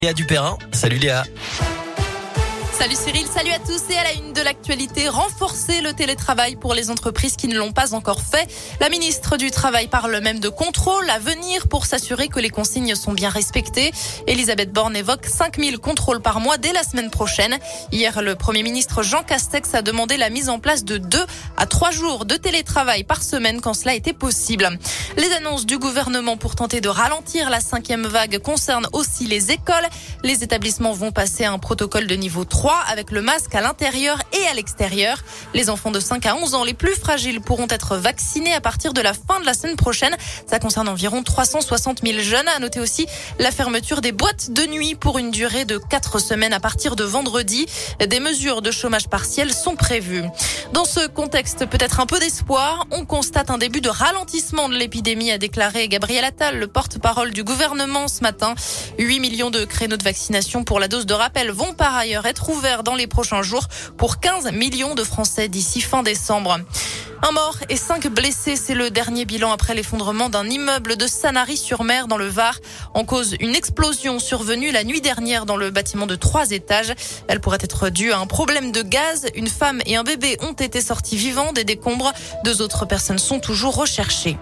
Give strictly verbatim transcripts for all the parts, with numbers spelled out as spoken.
Léa Dupérin. Salut Léa. Salut Cyril, salut à tous et à la une de l'actualité, renforcer le télétravail pour les entreprises qui ne l'ont pas encore fait. La ministre du Travail parle même de contrôle à venir pour s'assurer que les consignes sont bien respectées. Elisabeth Borne évoque cinq mille contrôles par mois dès la semaine prochaine. Hier, le Premier ministre Jean Castex a demandé la mise en place de deux à trois jours de télétravail par semaine quand cela était possible. Les annonces du gouvernement pour tenter de ralentir la cinquième vague concernent aussi les écoles. Les établissements vont passer à un protocole de niveau trois avec le masque à l'intérieur et à l'extérieur. Les enfants de cinq à onze ans les plus fragiles pourront être vaccinés à partir de la fin de la semaine prochaine. Ça concerne environ trois cent soixante mille jeunes. À noter aussi la fermeture des boîtes de nuit pour une durée de quatre semaines à partir de vendredi. Des mesures de chômage partiel sont prévues. Dans ce contexte, peut-être un peu d'espoir, on constate un début de ralentissement de l'épidémie, a déclaré Gabriel Attal, le porte-parole du gouvernement ce matin. huit millions de créneaux de vaccination pour la dose de rappel vont par ailleurs être ouverts dans les prochains jours pour quinze millions de Français d'ici fin décembre. Un mort et cinq blessés, c'est le dernier bilan après l'effondrement d'un immeuble de Sanary-sur-Mer dans le Var. En cause, une explosion survenue la nuit dernière dans le bâtiment de trois étages. Elle pourrait être due à un problème de gaz. Une femme et un bébé ont été sortis vivants des décombres. Deux autres personnes sont toujours recherchées.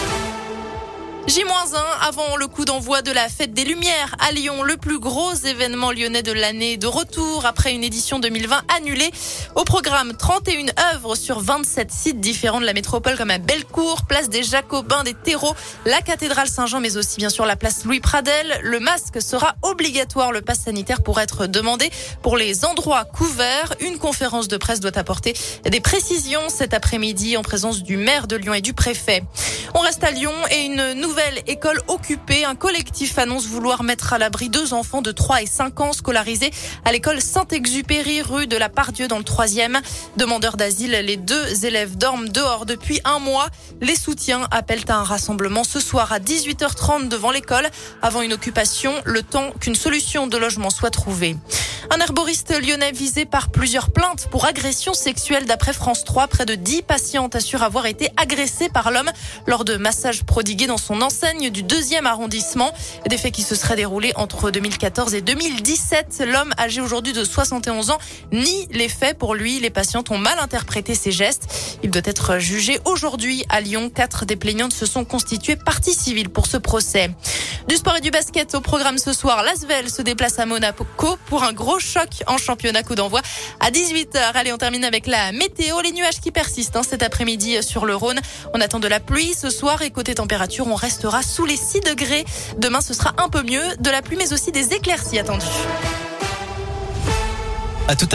J moins un avant le coup d'envoi de la Fête des Lumières à Lyon, le plus gros événement lyonnais de l'année, de retour après une édition deux mille vingt annulée. Au programme, trente et une œuvres sur vingt-sept sites différents de la métropole comme à Bellecour, place des Jacobins, des Terreaux, la cathédrale Saint-Jean, mais aussi bien sûr la place Louis Pradel. Le masque sera obligatoire, le pass sanitaire pourra être demandé pour les endroits couverts. Une conférence de presse doit apporter des précisions cet après-midi en présence du maire de Lyon et du préfet. On reste à Lyon et une nouvelle école occupée. Un collectif annonce vouloir mettre à l'abri deux enfants de trois et cinq ans scolarisés à l'école Saint-Exupéry, rue de la Pardieu dans le troisième. Demandeurs d'asile, les deux élèves dorment dehors depuis un mois. Les soutiens appellent à un rassemblement ce soir à dix-huit heures trente devant l'école avant une occupation, le temps qu'une solution de logement soit trouvée. Un herboriste lyonnais visé par plusieurs plaintes pour agression sexuelle. D'après France trois, près de dix patientes assurent avoir été agressées par l'homme lors de massages prodigués dans son enseigne du deuxième arrondissement. Des faits qui se seraient déroulés entre deux mille quatorze et deux mille dix-sept. L'homme, âgé aujourd'hui de soixante et onze ans, nie les faits. Pour lui, les patientes ont mal interprété ses gestes. Il doit être jugé aujourd'hui à Lyon. Quatre des plaignantes se sont constituées partie civile pour ce procès. Du sport et du basket au programme ce soir. L'Asvel se déplace à Monaco pour un gros choc en championnat. Coup d'envoi à dix-huit heures. Allez, on termine avec la météo. Les nuages qui persistent hein, cet après-midi sur le Rhône. On attend de la pluie ce soir et côté température, on restera sous les six degrés. Demain, ce sera un peu mieux. De la pluie, mais aussi des éclaircies attendues. À tout à